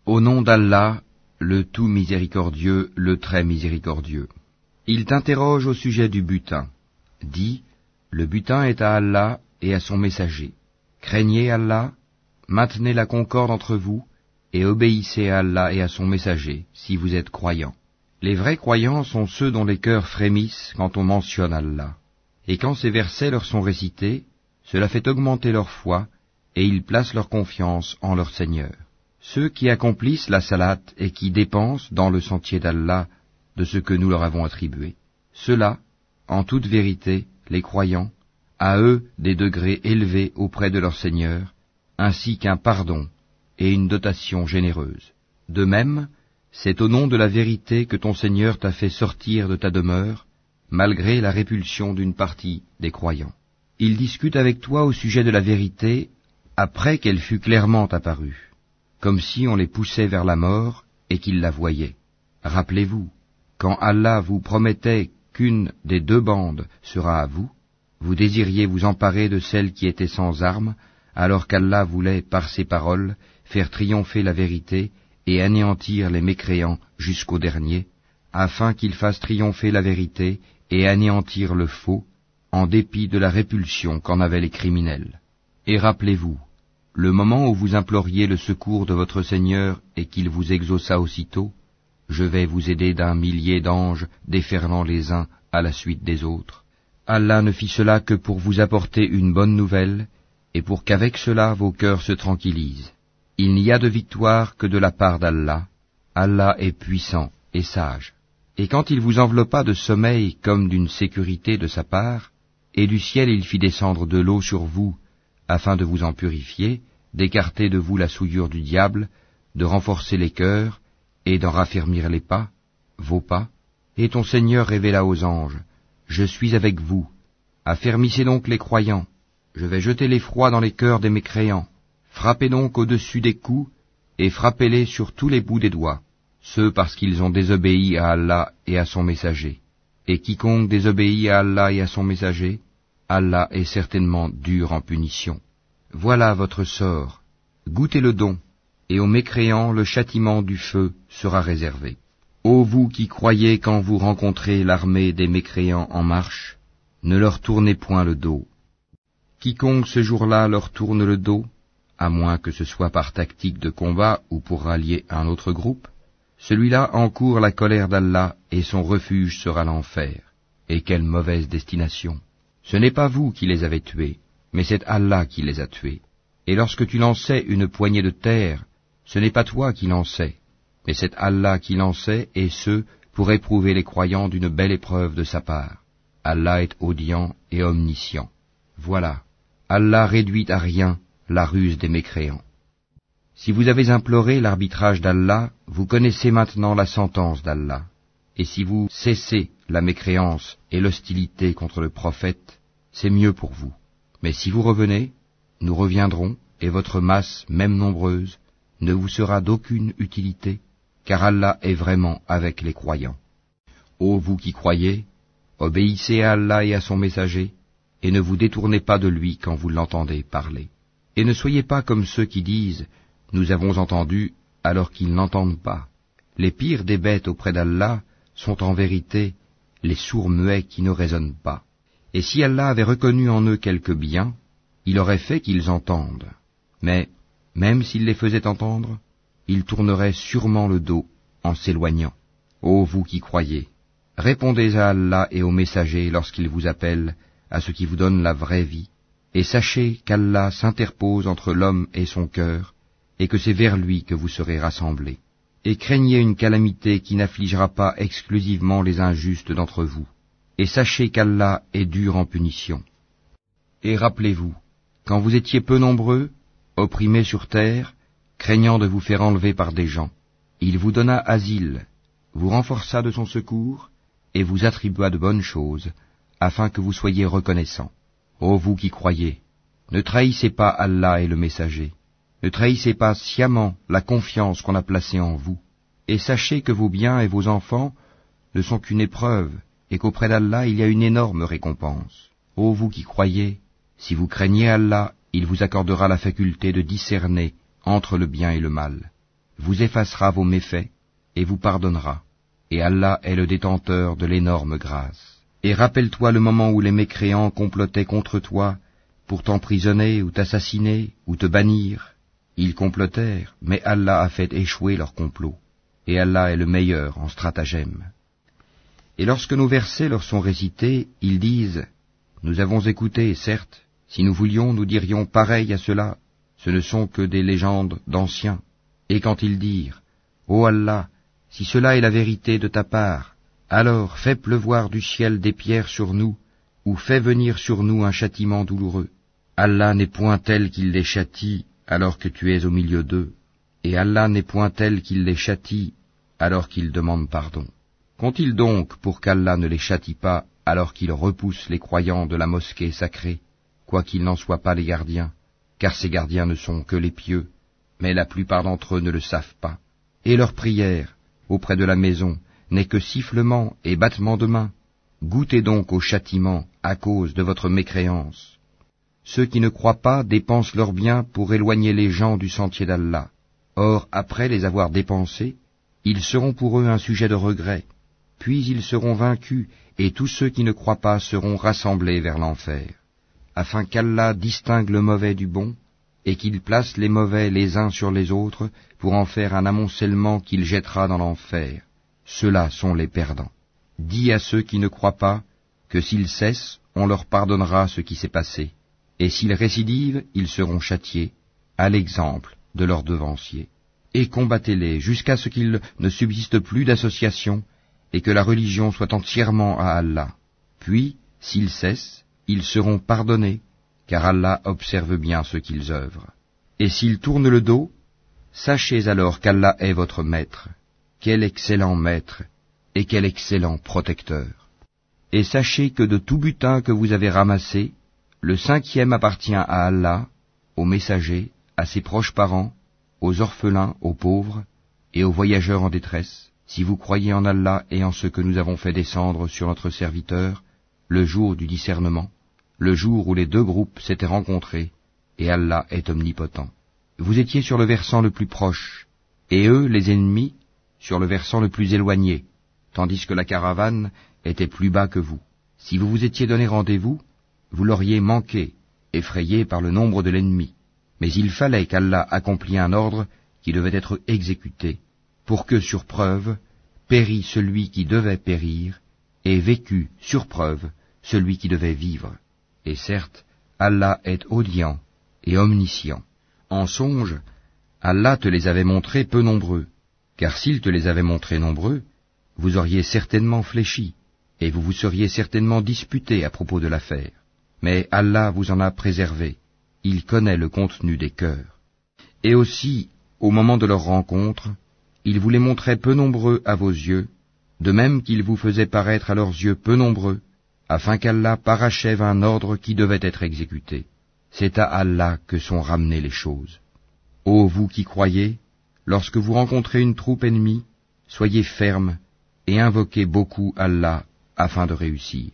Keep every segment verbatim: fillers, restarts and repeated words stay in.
Au nom d'Allah, le tout miséricordieux, le très miséricordieux. Il t'interroge au sujet du butin. Dis, le butin est à Allah et à son messager. Craignez Allah, maintenez la concorde entre vous, et obéissez à Allah et à son messager, si vous êtes croyants. Les vrais croyants sont ceux dont les cœurs frémissent quand on mentionne Allah. Et quand ces versets leur sont récités, cela fait augmenter leur foi, et ils placent leur confiance en leur Seigneur. Ceux qui accomplissent la salate et qui dépensent dans le sentier d'Allah de ce que nous leur avons attribué. Ceux-là, en toute vérité, les croyants, à eux des degrés élevés auprès de leur Seigneur, ainsi qu'un pardon et une dotation généreuse. De même, c'est au nom de la vérité que ton Seigneur t'a fait sortir de ta demeure, malgré la répulsion d'une partie des croyants. Il discute avec toi au sujet de la vérité après qu'elle fût clairement apparue, comme si on les poussait vers la mort et qu'ils la voyaient. Rappelez-vous, quand Allah vous promettait qu'une des deux bandes sera à vous, vous désiriez vous emparer de celle qui était sans armes, alors qu'Allah voulait, par ses paroles, faire triompher la vérité et anéantir les mécréants jusqu'au dernier, afin qu'il fasse triompher la vérité et anéantir le faux, en dépit de la répulsion qu'en avaient les criminels. Et rappelez-vous, le moment où vous imploriez le secours de votre Seigneur et qu'il vous exauça aussitôt, je vais vous aider d'un millier d'anges déferlant les uns à la suite des autres. Allah ne fit cela que pour vous apporter une bonne nouvelle, et pour qu'avec cela vos cœurs se tranquillisent. Il n'y a de victoire que de la part d'Allah. Allah est puissant et sage. Et quand il vous enveloppa de sommeil comme d'une sécurité de sa part, et du ciel il fit descendre de l'eau sur vous, afin de vous en purifier, d'écarter de vous la souillure du diable, de renforcer les cœurs, et d'en raffermir les pas, vos pas, et ton Seigneur révéla aux anges, « Je suis avec vous, affermissez donc les croyants, je vais jeter l'effroi dans les cœurs des mécréants, frappez donc au-dessus des coups, et frappez-les sur tous les bouts des doigts, ceux parce qu'ils ont désobéi à Allah et à son messager. Et quiconque désobéit à Allah et à son messager, Allah est certainement dur en punition. Voilà votre sort, goûtez le don, et aux mécréants le châtiment du feu sera réservé. Ô vous qui croyez quand vous rencontrez l'armée des mécréants en marche, ne leur tournez point le dos. Quiconque ce jour-là leur tourne le dos, à moins que ce soit par tactique de combat ou pour rallier un autre groupe, celui-là encourt la colère d'Allah et son refuge sera l'enfer. Et quelle mauvaise destination! Ce n'est pas vous qui les avez tués, mais c'est Allah qui les a tués. Et lorsque tu lançais une poignée de terre, ce n'est pas toi qui lançais, mais c'est Allah qui lançait, et ce, pour éprouver les croyants d'une belle épreuve de sa part. Allah est audient et omniscient. Voilà, Allah réduit à rien la ruse des mécréants. Si vous avez imploré l'arbitrage d'Allah, vous connaissez maintenant la sentence d'Allah. Et si vous cessez la mécréance et l'hostilité contre le prophète, c'est mieux pour vous. Mais si vous revenez, nous reviendrons, et votre masse, même nombreuse, ne vous sera d'aucune utilité, car Allah est vraiment avec les croyants. Ô vous qui croyez, obéissez à Allah et à son messager, et ne vous détournez pas de lui quand vous l'entendez parler. Et ne soyez pas comme ceux qui disent « Nous avons entendu » alors qu'ils n'entendent pas. Les pires des bêtes auprès d'Allah sont en vérité les sourds muets qui ne raisonnent pas. Et si Allah avait reconnu en eux quelque bien, il aurait fait qu'ils entendent. Mais, même s'il les faisait entendre, ils tourneraient sûrement le dos en s'éloignant. Ô vous qui croyez, répondez à Allah et aux messagers lorsqu'ils vous appellent à ce qui vous donne la vraie vie, et sachez qu'Allah s'interpose entre l'homme et son cœur, et que c'est vers lui que vous serez rassemblés. Et craignez une calamité qui n'affligera pas exclusivement les injustes d'entre vous, et sachez qu'Allah est dur en punition. Et rappelez-vous, quand vous étiez peu nombreux, opprimés sur terre, craignant de vous faire enlever par des gens, il vous donna asile, vous renforça de son secours, et vous attribua de bonnes choses, afin que vous soyez reconnaissants. Ô vous qui croyez, ne trahissez pas Allah et le messager, ne trahissez pas sciemment la confiance qu'on a placée en vous, et sachez que vos biens et vos enfants ne sont qu'une épreuve, et qu'auprès d'Allah il y a une énorme récompense. Ô vous qui croyez, si vous craignez Allah, il vous accordera la faculté de discerner entre le bien et le mal. vous effacera vos méfaits et vous pardonnera. Et Allah est le détenteur de l'énorme grâce. Et rappelle-toi le moment où les mécréants complotaient contre toi pour t'emprisonner ou t'assassiner ou te bannir. Ils complotèrent, mais Allah a fait échouer leur complot. Et Allah est le meilleur en stratagème. Et lorsque nos versets leur sont récités, ils disent « Nous avons écouté, certes, si nous voulions, nous dirions pareil à cela, ce ne sont que des légendes d'anciens. » Et quand ils dirent « Ô Allah, si cela est la vérité de ta part, alors fais pleuvoir du ciel des pierres sur nous, ou fais venir sur nous un châtiment douloureux. Allah n'est point tel qu'il les châtie alors que tu es au milieu d'eux, et Allah n'est point tel qu'il les châtie alors qu'ils demandent pardon. Qu'ont-ils donc pour qu'Allah ne les châtie pas alors qu'ils repoussent les croyants de la mosquée sacrée, quoiqu'ils n'en soient pas les gardiens, car ces gardiens ne sont que les pieux, mais la plupart d'entre eux ne le savent pas, et leur prière auprès de la maison n'est que sifflement et battement de main. Goûtez donc au châtiment à cause de votre mécréance. Ceux qui ne croient pas dépensent leurs biens pour éloigner les gens du sentier d'Allah. Or, après les avoir dépensés, ils seront pour eux un sujet de regret. Puis ils seront vaincus, et tous ceux qui ne croient pas seront rassemblés vers l'enfer. Afin qu'Allah distingue le mauvais du bon, et qu'il place les mauvais les uns sur les autres, pour en faire un amoncellement qu'il jettera dans l'enfer. Ceux-là sont les perdants. Dis à ceux qui ne croient pas que s'ils cessent, on leur pardonnera ce qui s'est passé, et s'ils récidivent, ils seront châtiés, à l'exemple de leurs devanciers. Et combattez-les jusqu'à ce qu'il ne subsiste plus d'association, et que la religion soit entièrement à Allah. Puis, s'ils cessent, ils seront pardonnés, car Allah observe bien ce qu'ils œuvrent. Et s'ils tournent le dos, sachez alors qu'Allah est votre maître. Quel excellent maître, et quel excellent protecteur. Et sachez que de tout butin que vous avez ramassé, le cinquième appartient à Allah, aux messagers, à ses proches parents, aux orphelins, aux pauvres, et aux voyageurs en détresse, si vous croyez en Allah et en ce que nous avons fait descendre sur notre serviteur, le jour du discernement, le jour où les deux groupes s'étaient rencontrés, et Allah est omnipotent. Vous étiez sur le versant le plus proche, et eux, les ennemis, sur le versant le plus éloigné, tandis que la caravane était plus bas que vous. Si vous vous étiez donné rendez-vous, vous l'auriez manqué, effrayé par le nombre de l'ennemi. Mais il fallait qu'Allah accomplît un ordre qui devait être exécuté, pour que, sur preuve, pérît celui qui devait périr, et vécut, sur preuve, celui qui devait vivre. Et certes, Allah est audient et omniscient. En songe, Allah te les avait montrés peu nombreux, car s'il te les avait montrés nombreux, vous auriez certainement fléchi, et vous vous seriez certainement disputé à propos de l'affaire. Mais Allah vous en a préservé, il connaît le contenu des cœurs. Et aussi, au moment de leur rencontre, il vous les montrait peu nombreux à vos yeux, de même qu'il vous faisait paraître à leurs yeux peu nombreux, afin qu'Allah parachève un ordre qui devait être exécuté. C'est à Allah que sont ramenées les choses. Ô vous qui croyez, lorsque vous rencontrez une troupe ennemie, soyez fermes et invoquez beaucoup Allah afin de réussir.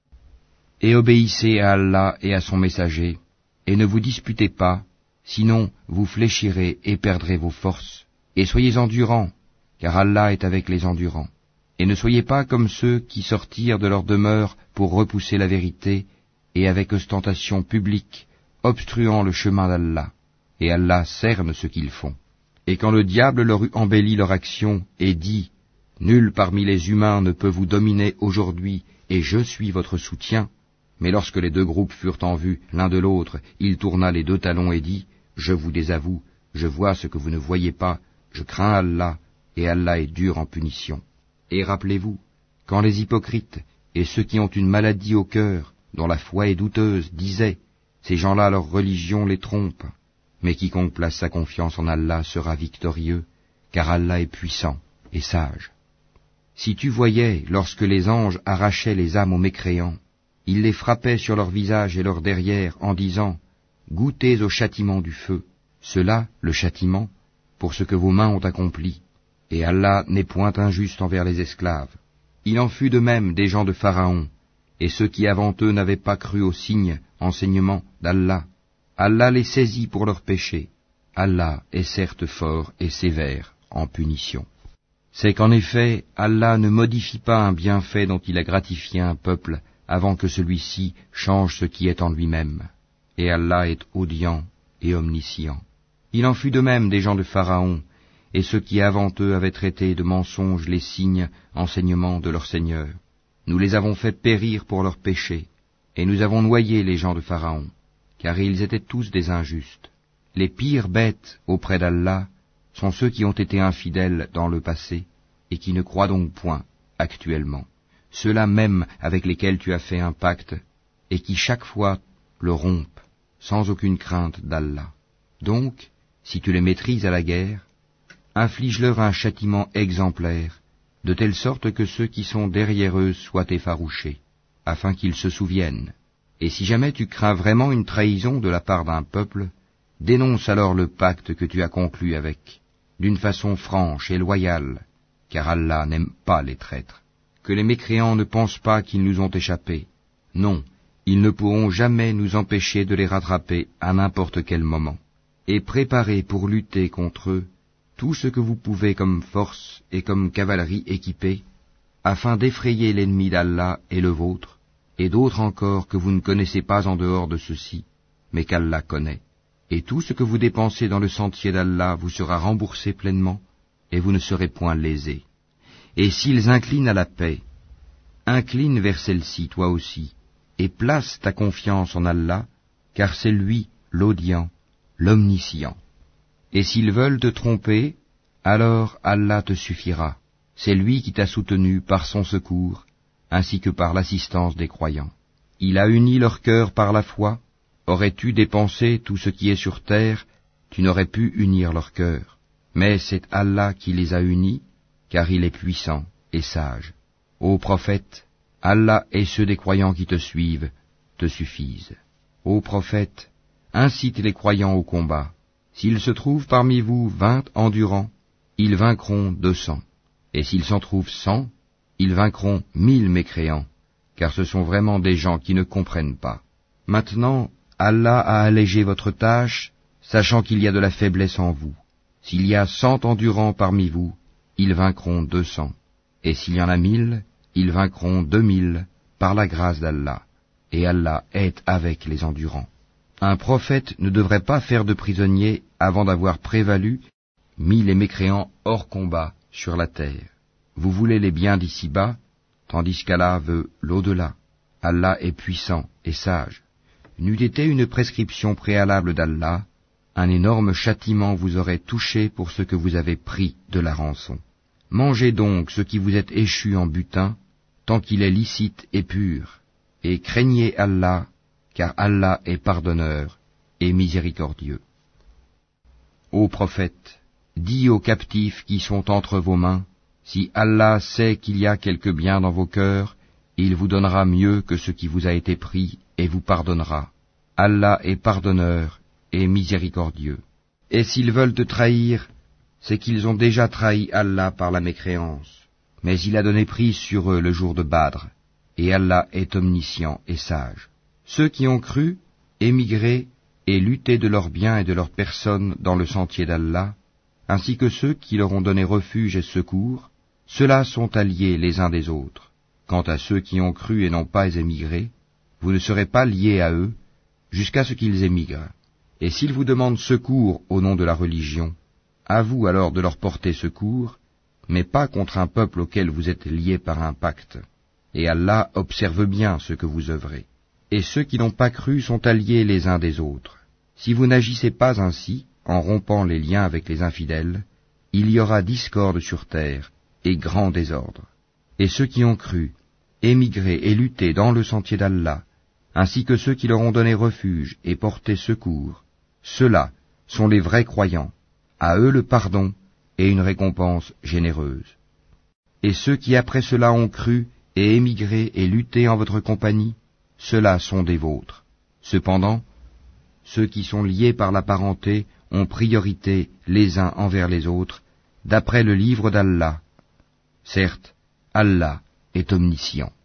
Et obéissez à Allah et à son messager, et ne vous disputez pas, sinon vous fléchirez et perdrez vos forces, et soyez endurants, car Allah est avec les endurants. Et ne soyez pas comme ceux qui sortirent de leur demeure pour repousser la vérité, et avec ostentation publique, obstruant le chemin d'Allah, et Allah cerne ce qu'ils font. Et quand le diable leur eut embelli leur action, et dit, « Nul parmi les humains ne peut vous dominer aujourd'hui, et je suis votre soutien », mais lorsque les deux groupes furent en vue l'un de l'autre, il tourna les deux talons et dit, « Je vous désavoue, je vois ce que vous ne voyez pas, je crains Allah, et Allah est dur en punition. » Et rappelez-vous, quand les hypocrites et ceux qui ont une maladie au cœur, dont la foi est douteuse, disaient, « Ces gens-là, leur religion les trompe. » Mais quiconque place sa confiance en Allah sera victorieux, car Allah est puissant et sage. Si tu voyais, lorsque les anges arrachaient les âmes aux mécréants, ils les frappaient sur leur visage et leur derrière en disant, « Goûtez au châtiment du feu. » Cela, le châtiment, pour ce que vos mains ont accompli. Et Allah n'est point injuste envers les esclaves. Il en fut de même des gens de Pharaon, et ceux qui avant eux n'avaient pas cru aux signes, enseignements d'Allah. Allah les saisit pour leurs péchés. Allah est certes fort et sévère. en punition. C'est qu'en effet, Allah ne modifie pas un bienfait dont il a gratifié un peuple avant que celui-ci change ce qui est en lui-même. Et Allah est audient et omniscient. Il en fut de même des gens de Pharaon, et ceux qui avant eux avaient traité de mensonges les signes, enseignements de leur Seigneur. Nous les avons fait périr pour leurs péchés, et nous avons noyé les gens de Pharaon, car ils étaient tous des injustes. Les pires bêtes auprès d'Allah sont ceux qui ont été infidèles dans le passé, et qui ne croient donc point actuellement. Ceux-là même avec lesquels tu as fait un pacte, et qui chaque fois le rompent, sans aucune crainte d'Allah. Donc, si tu les maîtrises à la guerre, inflige-leur un châtiment exemplaire, de telle sorte que ceux qui sont derrière eux soient effarouchés, afin qu'ils se souviennent. Et si jamais tu crains vraiment une trahison de la part d'un peuple, dénonce alors le pacte que tu as conclu avec, d'une façon franche et loyale, car Allah n'aime pas les traîtres. Que les mécréants ne pensent pas qu'ils nous ont échappé. Non, ils ne pourront jamais nous empêcher de les rattraper à n'importe quel moment. Et préparez pour lutter contre eux tout ce que vous pouvez comme force et comme cavalerie équipée, afin d'effrayer l'ennemi d'Allah et le vôtre, et d'autres encore que vous ne connaissez pas en dehors de ceux-ci, mais qu'Allah connaît. Et tout ce que vous dépensez dans le sentier d'Allah vous sera remboursé pleinement, et vous ne serez point lésés. Et s'ils inclinent à la paix, incline vers celle-ci toi aussi, et place ta confiance en Allah, car c'est lui l'audient, l'omniscient. Et s'ils veulent te tromper, alors Allah te suffira. C'est lui qui t'a soutenu par son secours, ainsi que par l'assistance des croyants. Il a uni leur cœur par la foi. Aurais-tu dépensé tout ce qui est sur terre, tu n'aurais pu unir leur cœur. Mais c'est Allah qui les a unis, car il est puissant et sage. Ô prophète, Allah et ceux des croyants qui te suivent te suffisent. Ô prophète, incite les croyants au combat. S'il se trouve parmi vous vingt endurants, ils vaincront deux cents. Et s'il s'en trouve cent, ils vaincront mille mécréants, car ce sont vraiment des gens qui ne comprennent pas. Maintenant, Allah a allégé votre tâche, sachant qu'il y a de la faiblesse en vous. S'il y a cent endurants parmi vous, ils vaincront deux cents. Et s'il y en a mille, ils vaincront deux mille, par la grâce d'Allah. Et Allah est avec les endurants. Un prophète ne devrait pas faire de prisonniers avant d'avoir prévalu, mis les mécréants hors combat sur la terre. Vous voulez les biens d'ici-bas, tandis qu'Allah veut l'au-delà. Allah est puissant et sage. N'eût été une prescription préalable d'Allah, un énorme châtiment vous aurait touché pour ce que vous avez pris de la rançon. Mangez donc ce qui vous est échu en butin, tant qu'il est licite et pur, et craignez Allah, car Allah est pardonneur et miséricordieux. Ô prophète, dis aux captifs qui sont entre vos mains, si Allah sait qu'il y a quelque bien dans vos cœurs, il vous donnera mieux que ce qui vous a été pris et vous pardonnera. Allah est pardonneur et miséricordieux. Et s'ils veulent te trahir, c'est qu'ils ont déjà trahi Allah par la mécréance. Mais il a donné prise sur eux le jour de Badr, et Allah est omniscient et sage. Ceux qui ont cru, émigré et lutté de leurs biens et de leurs personnes dans le sentier d'Allah, ainsi que ceux qui leur ont donné refuge et secours, ceux-là sont alliés les uns des autres. Quant à ceux qui ont cru et n'ont pas émigré, vous ne serez pas liés à eux jusqu'à ce qu'ils émigrent. Et s'ils vous demandent secours au nom de la religion, à vous alors de leur porter secours, mais pas contre un peuple auquel vous êtes liés par un pacte. Et Allah observe bien ce que vous œuvrez. Et ceux qui n'ont pas cru sont alliés les uns des autres. Si vous n'agissez pas ainsi, en rompant les liens avec les infidèles, il y aura discorde sur terre et grand désordre. Et ceux qui ont cru, émigré et lutté dans le sentier d'Allah, ainsi que ceux qui leur ont donné refuge et porté secours, ceux-là sont les vrais croyants, à eux le pardon et une récompense généreuse. Et ceux qui après cela ont cru et émigré et lutté en votre compagnie, ceux-là sont des vôtres. Cependant, ceux qui sont liés par la parenté ont priorité les uns envers les autres, d'après le livre d'Allah. Certes, Allah est omniscient.